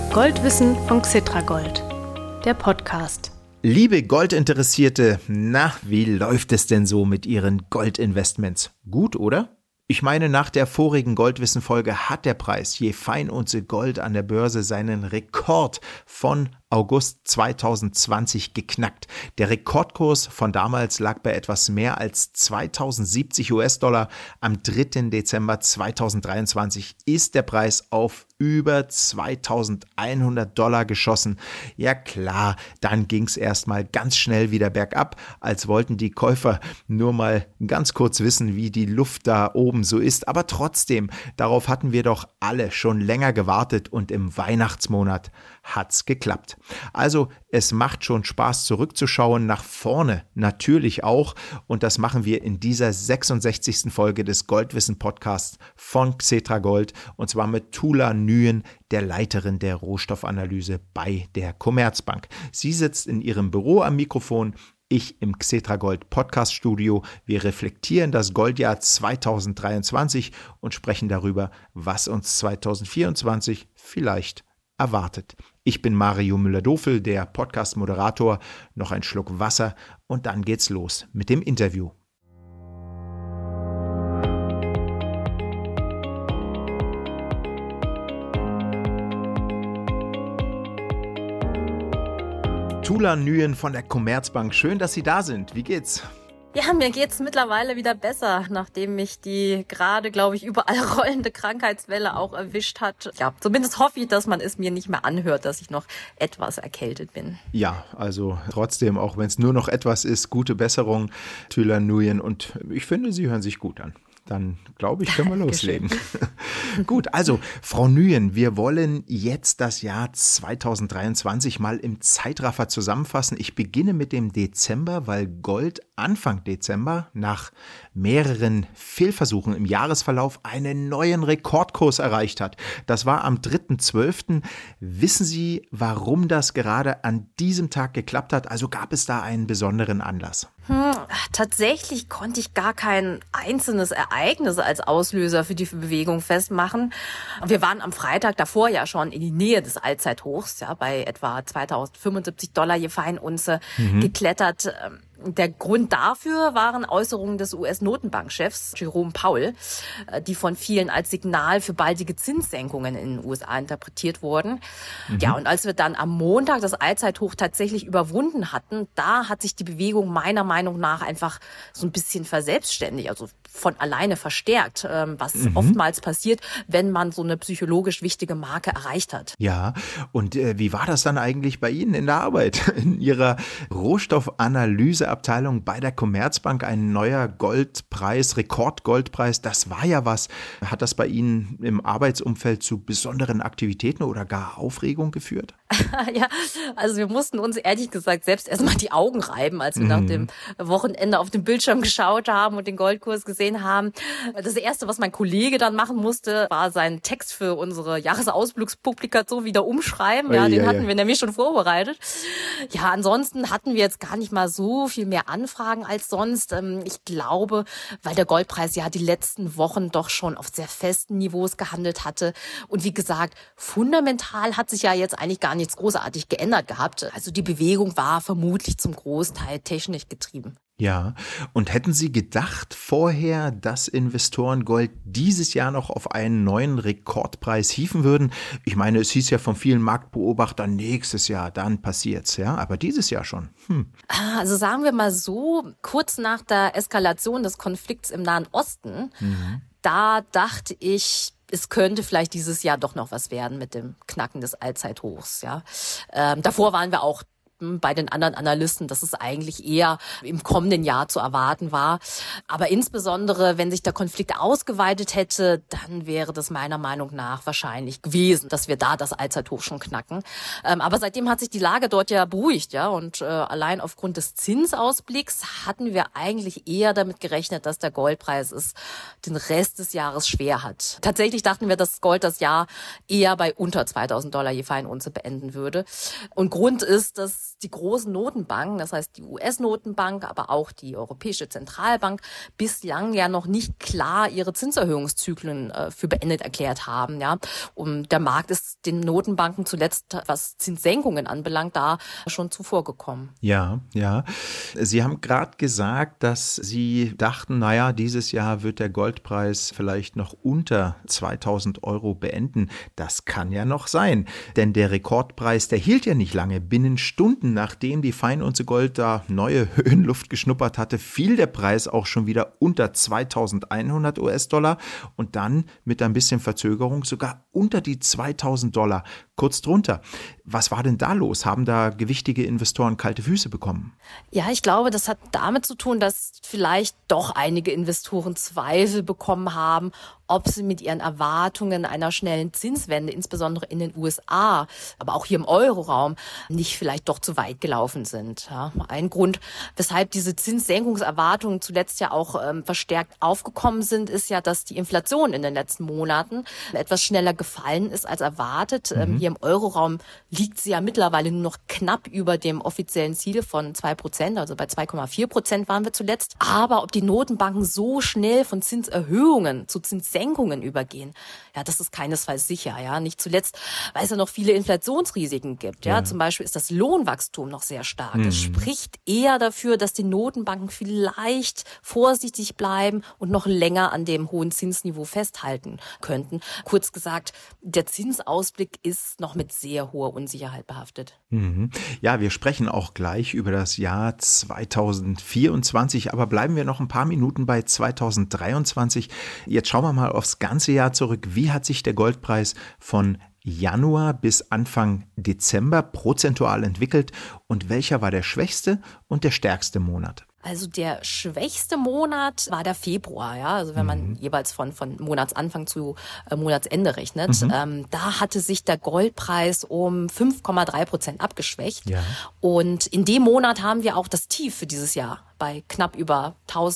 Goldwissen von Xetragold, der Podcast. Liebe Goldinteressierte, na, wie läuft es denn so mit Ihren Goldinvestments? Gut, oder? Ich meine, nach der vorigen Goldwissen-Folge hat der Preis je Feinunze Gold an der Börse seinen Rekord von August 2020 geknackt. Der Rekordkurs von damals lag bei etwas mehr als 2070 US-Dollar. Am 3. Dezember 2023 ist der Preis auf über 2100 Dollar geschossen. Ja klar, dann ging es erstmal ganz schnell wieder bergab, als wollten die Käufer nur mal ganz kurz wissen, wie die Luft da oben so ist. Aber trotzdem, darauf hatten wir doch alle schon länger gewartet und im Weihnachtsmonat hat's geklappt. Also es macht schon Spaß zurückzuschauen, nach vorne natürlich auch, und das machen wir in dieser 66. Folge des Goldwissen Podcasts von Xetragold, und zwar mit Tula Nguyen, der Leiterin der Rohstoffanalyse bei der Commerzbank. Sie sitzt in ihrem Büro am Mikrofon, ich im Xetragold Podcast Studio. Wir reflektieren das Goldjahr 2023 und sprechen darüber, was uns 2024 vielleicht erwartet. Ich bin Mario Müller-Dofel, der Podcast-Moderator. Noch ein Schluck Wasser und dann geht's los mit dem Interview. Tula Nguyen von der Commerzbank. Schön, dass Sie da sind. Wie geht's? Ja, mir geht's mittlerweile wieder besser, nachdem mich die gerade, glaube ich, überall rollende Krankheitswelle auch erwischt hat. Ja, zumindest hoffe ich, dass man es mir nicht mehr anhört, dass ich noch etwas erkältet bin. Ja, also trotzdem, auch wenn es nur noch etwas ist, gute Besserung, Tula Nguyen. Und ich finde, Sie hören sich gut an. Dann, glaube ich, können wir loslegen. Gut, also Frau Nguyen, wir wollen jetzt das Jahr 2023 mal im Zeitraffer zusammenfassen. Ich beginne mit dem Dezember, weil Gold Anfang Dezember nach mehreren Fehlversuchen im Jahresverlauf einen neuen Rekordkurs erreicht hat. Das war am 3.12. Wissen Sie, warum das gerade an diesem Tag geklappt hat? Also gab es da einen besonderen Anlass? Tatsächlich konnte ich gar kein einzelnes Ereignis als Auslöser für die Bewegung festmachen. Wir waren am Freitag davor ja schon in die Nähe des Allzeithochs, ja, bei etwa 2075 Dollar je Feinunze geklettert. Der Grund dafür waren Äußerungen des US-Notenbankchefs Jerome Powell, die von vielen als Signal für baldige Zinssenkungen in den USA interpretiert wurden. Ja, und als wir dann am Montag das Allzeithoch tatsächlich überwunden hatten, da hat sich die Bewegung meiner Meinung nach einfach so ein bisschen verselbstständigt, also von alleine verstärkt, was oftmals passiert, wenn man so eine psychologisch wichtige Marke erreicht hat. Ja, und wie war das dann eigentlich bei Ihnen in der Arbeit, in Ihrer Rohstoffanalyseabteilung bei der Commerzbank? Ein neuer Goldpreis, Rekordgoldpreis, das war ja was. Hat das bei Ihnen im Arbeitsumfeld zu besonderen Aktivitäten oder gar Aufregung geführt? Ja, also wir mussten uns ehrlich gesagt selbst erstmal die Augen reiben, als wir nach dem Wochenende auf den Bildschirm geschaut haben und den Goldkurs gesehen haben. Das Erste, was mein Kollege dann machen musste, war seinen Text für unsere Jahresausblickspublikation wieder umschreiben. Ja, den hatten wir nämlich schon vorbereitet. Ja, ansonsten hatten wir jetzt gar nicht mal so viel mehr Anfragen als sonst. Ich glaube, weil der Goldpreis ja die letzten Wochen doch schon auf sehr festen Niveaus gehandelt hatte. Und wie gesagt, fundamental hat sich ja jetzt eigentlich gar nichts großartig geändert gehabt. Also die Bewegung war vermutlich zum Großteil technisch getrieben. Ja, und hätten Sie gedacht vorher, dass Investoren Gold dieses Jahr noch auf einen neuen Rekordpreis hieven würden? Ich meine, es hieß ja von vielen Marktbeobachtern, nächstes Jahr, dann passiert's, ja, aber dieses Jahr schon. Also sagen wir mal so, kurz nach der Eskalation des Konflikts im Nahen Osten, da dachte ich, es könnte vielleicht dieses Jahr doch noch was werden mit dem Knacken des Allzeithochs. Ja, davor waren wir auch bei den anderen Analysten, dass es eigentlich eher im kommenden Jahr zu erwarten war. Aber insbesondere, wenn sich der Konflikt ausgeweitet hätte, dann wäre das meiner Meinung nach wahrscheinlich gewesen, dass wir da das Allzeithoch schon knacken. Aber seitdem hat sich die Lage dort ja beruhigt, ja. Und allein aufgrund des Zinsausblicks hatten wir eigentlich eher damit gerechnet, dass der Goldpreis es den Rest des Jahres schwer hat. Tatsächlich dachten wir, dass Gold das Jahr eher bei unter 2000 Dollar je Feinunze beenden würde. Und Grund ist, dass die großen Notenbanken, das heißt die US-Notenbank, aber auch die Europäische Zentralbank, bislang ja noch nicht klar ihre Zinserhöhungszyklen für beendet erklärt haben. Ja. Und der Markt ist den Notenbanken zuletzt, was Zinssenkungen anbelangt, da schon zuvorgekommen. Ja, ja. Sie haben gerade gesagt, dass Sie dachten, naja, dieses Jahr wird der Goldpreis vielleicht noch unter 2000 Euro beenden. Das kann ja noch sein, denn der Rekordpreis, der hielt ja nicht lange. Binnen Stunden, nachdem die Feinunze Gold da neue Höhenluft geschnuppert hatte, fiel der Preis auch schon wieder unter 2100 US-Dollar und dann mit ein bisschen Verzögerung sogar unter die 2000 Dollar, kurz drunter. Was war denn da los? Haben da gewichtige Investoren kalte Füße bekommen? Ja, ich glaube, das hat damit zu tun, dass vielleicht doch einige Investoren Zweifel bekommen haben, ob sie mit ihren Erwartungen einer schnellen Zinswende, insbesondere in den USA, aber auch hier im Euroraum, nicht vielleicht doch zu weit gelaufen sind. Ja, ein Grund, weshalb diese Zinssenkungserwartungen zuletzt ja auch verstärkt aufgekommen sind, ist ja, dass die Inflation in den letzten Monaten etwas schneller gefallen ist als erwartet. Hier im Euroraum liegt sie ja mittlerweile nur noch knapp über dem offiziellen Ziel von 2%, also bei 2,4% waren wir zuletzt. Aber ob die Notenbanken so schnell von Zinserhöhungen zu Zinssenkungen übergehen, ja, das ist keinesfalls sicher, ja. Nicht zuletzt, weil es ja noch viele Inflationsrisiken gibt, ja. Zum Beispiel ist das Lohnwachstum noch sehr stark. Es spricht eher dafür, dass die Notenbanken vielleicht vorsichtig bleiben und noch länger an dem hohen Zinsniveau festhalten könnten. Kurz gesagt, der Zinsausblick ist noch mit sehr hoher Unsicherheit behaftet. Ja, wir sprechen auch gleich über das Jahr 2024, aber bleiben wir noch ein paar Minuten bei 2023. Jetzt schauen wir mal aufs ganze Jahr zurück. Wie hat sich der Goldpreis von Januar bis Anfang Dezember prozentual entwickelt und welcher war der schwächste und der stärkste Monat? Also der schwächste Monat war der Februar, ja. Also wenn man jeweils von Monatsanfang zu Monatsende rechnet, da hatte sich der Goldpreis um 5,3% abgeschwächt. Ja. Und in dem Monat haben wir auch das Tief für dieses Jahr bei knapp über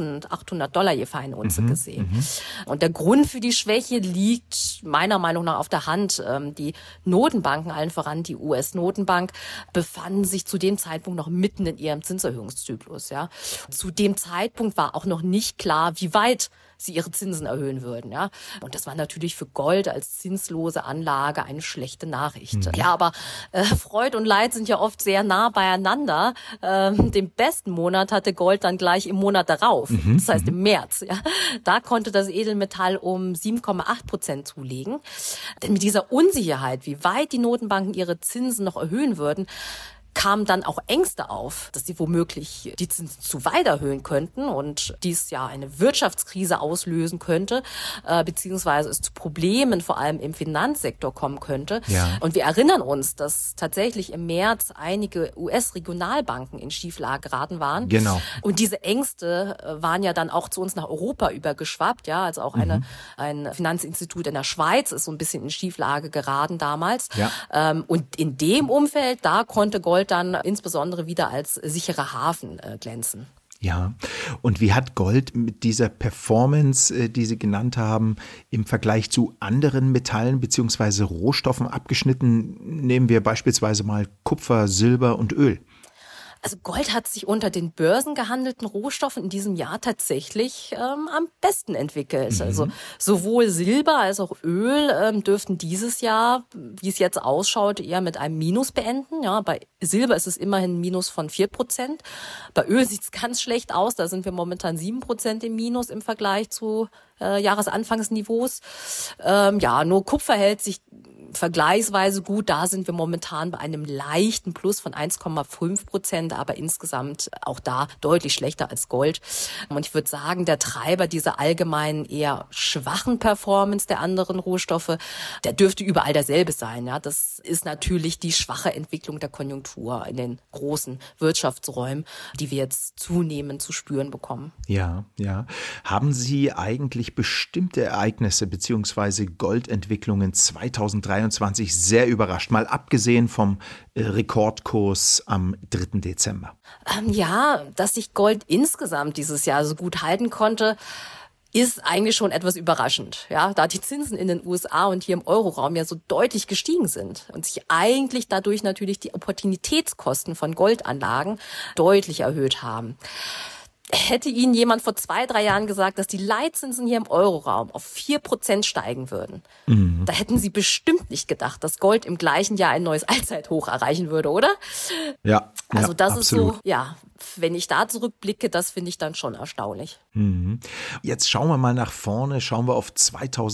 $1.800 je Feinunze gesehen. Und der Grund für die Schwäche liegt meiner Meinung nach auf der Hand. Die Notenbanken, allen voran die US-Notenbank, befanden sich zu dem Zeitpunkt noch mitten in ihrem Zinserhöhungszyklus. Ja. Zu dem Zeitpunkt war auch noch nicht klar, wie weit sie ihre Zinsen erhöhen würden. Ja. Und das war natürlich für Gold als zinslose Anlage eine schlechte Nachricht. Ja, aber Freud und Leid sind ja oft sehr nah beieinander. Den besten Monat hatte Gold dann gleich im Monat darauf, das heißt im März. Ja. Da konnte das Edelmetall um 7,8% zulegen. Denn mit dieser Unsicherheit, wie weit die Notenbanken ihre Zinsen noch erhöhen würden, kamen dann auch Ängste auf, dass sie womöglich die Zinsen zu weit erhöhen könnten und dies ja eine Wirtschaftskrise auslösen könnte, beziehungsweise es zu Problemen vor allem im Finanzsektor kommen könnte. Ja. Und wir erinnern uns, dass tatsächlich im März einige US-Regionalbanken in Schieflage geraten waren. Genau. Und diese Ängste waren ja dann auch zu uns nach Europa übergeschwappt. Ja, also auch ein Finanzinstitut in der Schweiz ist so ein bisschen in Schieflage geraten damals. Ja. Und in dem Umfeld, da konnte Gold dann insbesondere wieder als sicherer Hafen glänzen. Ja, und wie hat Gold mit dieser Performance, die Sie genannt haben, im Vergleich zu anderen Metallen bzw. Rohstoffen abgeschnitten? Nehmen wir beispielsweise mal Kupfer, Silber und Öl. Also Gold hat sich unter den börsengehandelten Rohstoffen in diesem Jahr tatsächlich am besten entwickelt. Also sowohl Silber als auch Öl dürften dieses Jahr, wie es jetzt ausschaut, eher mit einem Minus beenden. Ja, bei Silber ist es immerhin ein Minus von 4%. Bei Öl sieht es ganz schlecht aus. Da sind wir momentan 7% im Minus im Vergleich zu Jahresanfangsniveaus. Ja, nur Kupfer hält sich vergleichsweise gut. Da sind wir momentan bei einem leichten Plus von 1,5%, aber insgesamt auch da deutlich schlechter als Gold. Und ich würde sagen, der Treiber dieser allgemeinen eher schwachen Performance der anderen Rohstoffe, der dürfte überall derselbe sein. Ja, das ist natürlich die schwache Entwicklung der Konjunktur in den großen Wirtschaftsräumen, die wir jetzt zunehmend zu spüren bekommen. Ja, ja. Haben Sie eigentlich bestimmte Ereignisse bzw. Goldentwicklungen 2023 sehr überrascht, mal abgesehen vom Rekordkurs am 3. Dezember? Ja, dass sich Gold insgesamt dieses Jahr so gut halten konnte, ist eigentlich schon etwas überraschend, ja, da die Zinsen in den USA und hier im Euroraum ja so deutlich gestiegen sind und sich eigentlich dadurch natürlich die Opportunitätskosten von Goldanlagen deutlich erhöht haben. Hätte Ihnen jemand vor 2-3 Jahren gesagt, dass die Leitzinsen hier im Euroraum auf 4% steigen würden, da hätten Sie bestimmt nicht gedacht, dass Gold im gleichen Jahr ein neues Allzeithoch erreichen würde, oder? Ja, also das absolut. ist so, ja, wenn ich da zurückblicke, das finde ich dann schon erstaunlich. Jetzt schauen wir mal nach vorne, schauen wir auf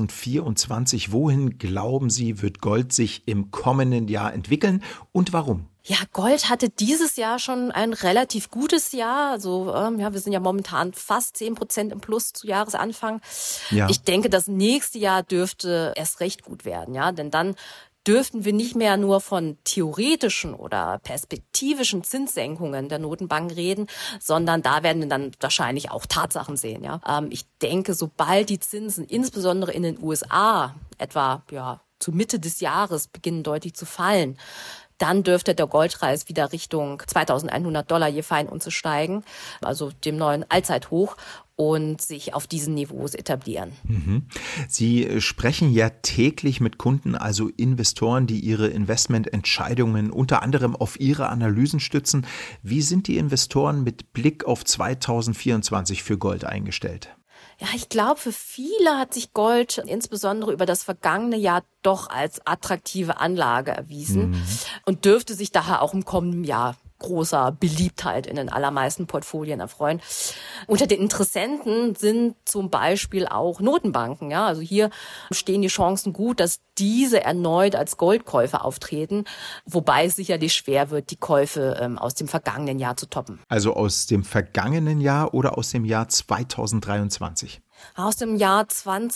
2024. Wohin, glauben Sie, wird Gold sich im kommenden Jahr entwickeln und warum? Ja, Gold hatte dieses Jahr schon ein relativ gutes Jahr. Also wir sind ja momentan fast 10% im Plus zu Jahresanfang. Ja. Ich denke, das nächste Jahr dürfte erst recht gut werden, ja, denn dann dürften wir nicht mehr nur von theoretischen oder perspektivischen Zinssenkungen der Notenbank reden, sondern da werden wir dann wahrscheinlich auch Tatsachen sehen. Ja, ich denke, sobald die Zinsen insbesondere in den USA etwa zu Mitte des Jahres beginnen deutlich zu fallen, dann dürfte der Goldpreis wieder Richtung $2.100 je Feinunze steigen, also dem neuen Allzeithoch, und sich auf diesen Niveaus etablieren. Sie sprechen ja täglich mit Kunden, also Investoren, die ihre Investmententscheidungen unter anderem auf Ihre Analysen stützen. Wie sind die Investoren mit Blick auf 2024 für Gold eingestellt? Ja, ich glaube, für viele hat sich Gold insbesondere über das vergangene Jahr doch als attraktive Anlage erwiesen und dürfte sich daher auch im kommenden Jahr großer Beliebtheit in den allermeisten Portfolien erfreuen. Unter den Interessenten sind zum Beispiel auch Notenbanken. Ja, also hier stehen die Chancen gut, dass diese erneut als Goldkäufer auftreten, wobei es sicherlich schwer wird, die Käufe aus dem vergangenen Jahr zu toppen. Also aus dem vergangenen Jahr oder aus dem Jahr 2023? Aus dem Jahr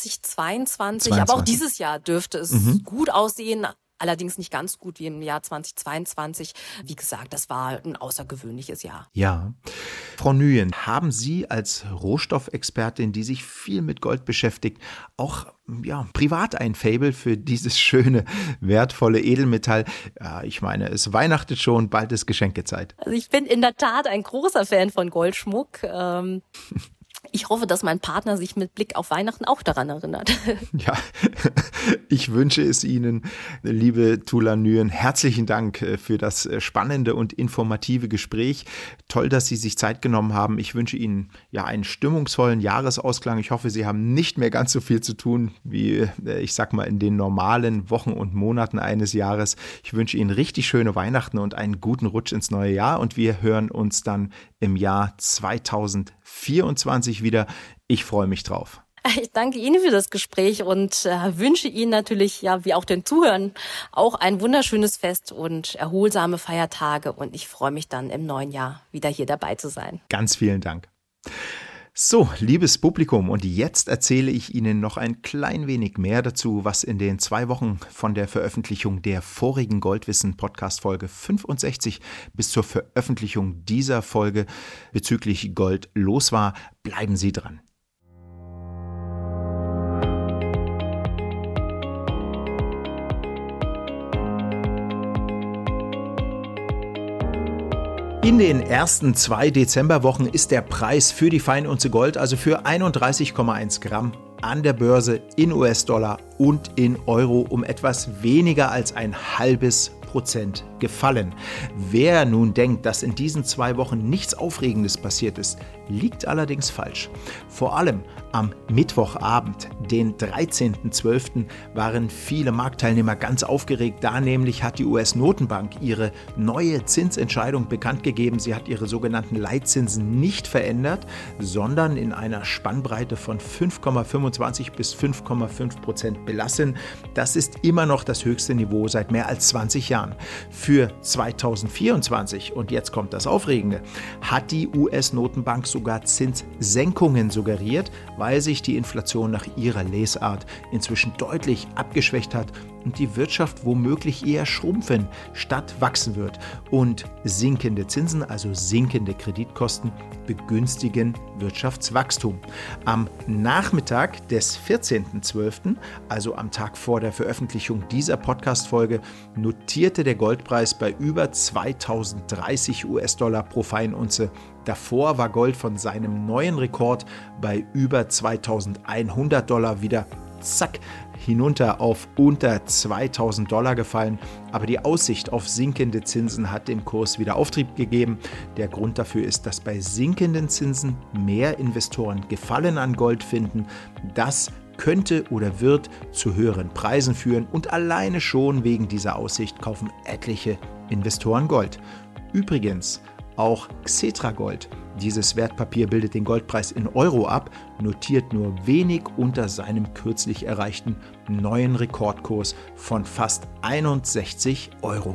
2022, aber auch dieses Jahr dürfte es gut aussehen. Allerdings nicht ganz gut wie im Jahr 2022. Wie gesagt, das war ein außergewöhnliches Jahr. Ja. Frau Nguyen, haben Sie als Rohstoffexpertin, die sich viel mit Gold beschäftigt, auch privat ein Faible für dieses schöne, wertvolle Edelmetall? Ja, ich meine, es weihnachtet schon, bald ist Geschenkezeit. Also ich bin in der Tat ein großer Fan von Goldschmuck. Ich hoffe, dass mein Partner sich mit Blick auf Weihnachten auch daran erinnert. Ja, ich wünsche es Ihnen, liebe Tula Nguyen. Herzlichen Dank für das spannende und informative Gespräch. Toll, dass Sie sich Zeit genommen haben. Ich wünsche Ihnen einen stimmungsvollen Jahresausklang. Ich hoffe, Sie haben nicht mehr ganz so viel zu tun wie, ich sag mal, in den normalen Wochen und Monaten eines Jahres. Ich wünsche Ihnen richtig schöne Weihnachten und einen guten Rutsch ins neue Jahr. Und wir hören uns dann im Jahr 2024 wieder. Ich freue mich drauf. Ich danke Ihnen für das Gespräch und wünsche Ihnen natürlich, wie auch den Zuhörern, auch ein wunderschönes Fest und erholsame Feiertage. Und ich freue mich dann im neuen Jahr wieder hier dabei zu sein. Ganz vielen Dank. So, liebes Publikum, und jetzt erzähle ich Ihnen noch ein klein wenig mehr dazu, was in den 2 Wochen von der Veröffentlichung der vorigen Goldwissen-Podcast-Folge 65 bis zur Veröffentlichung dieser Folge bezüglich Gold los war. Bleiben Sie dran. In den ersten 2 Dezemberwochen ist der Preis für die Feinunze Gold, also für 31,1 Gramm, an der Börse in US-Dollar und in Euro um etwas weniger als 0,5% gefallen. Wer nun denkt, dass in diesen 2 Wochen nichts Aufregendes passiert ist, liegt allerdings falsch. Vor allem am Mittwochabend, den 13.12., waren viele Marktteilnehmer ganz aufgeregt. Da nämlich hat die US-Notenbank ihre neue Zinsentscheidung bekannt gegeben. Sie hat ihre sogenannten Leitzinsen nicht verändert, sondern in einer Spannbreite von 5,25 bis 5,5% belassen. Das ist immer noch das höchste Niveau seit mehr als 20 Jahren. Für 2024, und jetzt kommt das Aufregende, hat die US-Notenbank sogar Zinssenkungen suggeriert, weil sich die Inflation nach ihrer Lesart inzwischen deutlich abgeschwächt hat und die Wirtschaft womöglich eher schrumpfen statt wachsen wird. Und sinkende Zinsen, also sinkende Kreditkosten, begünstigen Wirtschaftswachstum. Am Nachmittag des 14.12., also am Tag vor der Veröffentlichung dieser Podcast-Folge, notierte der Goldpreis bei über 2030 US-Dollar pro Feinunze. Davor war Gold von seinem neuen Rekord bei über $2.100 wieder zack hinunter auf unter $2.000 gefallen, aber die Aussicht auf sinkende Zinsen hat dem Kurs wieder Auftrieb gegeben. Der Grund dafür ist, dass bei sinkenden Zinsen mehr Investoren Gefallen an Gold finden. Das könnte oder wird zu höheren Preisen führen und alleine schon wegen dieser Aussicht kaufen etliche Investoren Gold. Übrigens, auch Xetra Gold, dieses Wertpapier bildet den Goldpreis in Euro ab, notiert nur wenig unter seinem kürzlich erreichten neuen Rekordkurs von fast 61 Euro.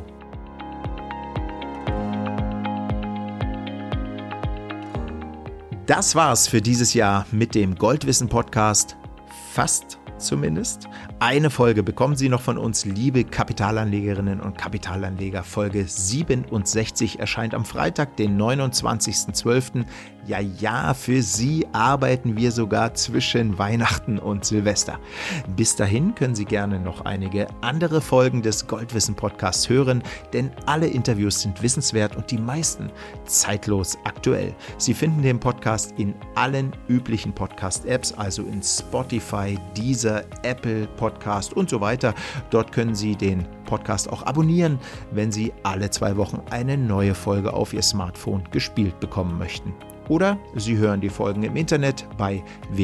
Das war's für dieses Jahr mit dem Goldwissen-Podcast. Fast zumindest. Eine Folge bekommen Sie noch von uns, liebe Kapitalanlegerinnen und Kapitalanleger. Folge 67 erscheint am Freitag, den 29.12. Ja, für Sie arbeiten wir sogar zwischen Weihnachten und Silvester. Bis dahin können Sie gerne noch einige andere Folgen des Goldwissen-Podcasts hören, denn alle Interviews sind wissenswert und die meisten zeitlos aktuell. Sie finden den Podcast in allen üblichen Podcast-Apps, also in Spotify, Deezer, Apple Podcast und so weiter. Dort können Sie den Podcast auch abonnieren, wenn Sie alle 2 Wochen eine neue Folge auf Ihr Smartphone gespielt bekommen möchten. Oder Sie hören die Folgen im Internet bei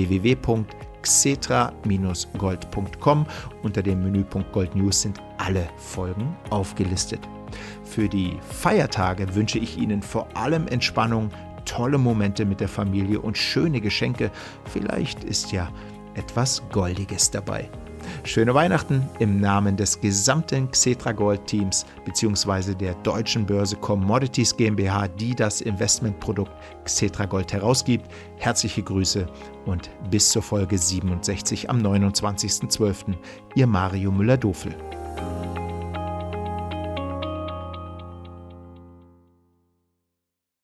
www.xetra-gold.com. Unter dem Menüpunkt Gold News sind alle Folgen aufgelistet. Für die Feiertage wünsche ich Ihnen vor allem Entspannung, tolle Momente mit der Familie und schöne Geschenke. Vielleicht ist ja etwas Goldiges dabei. Schöne Weihnachten im Namen des gesamten Xetra Gold Teams bzw. der Deutschen Börse Commodities GmbH, die das Investmentprodukt Xetra Gold herausgibt. Herzliche Grüße und bis zur Folge 67 am 29.12. Ihr Mario Müller-Dofel.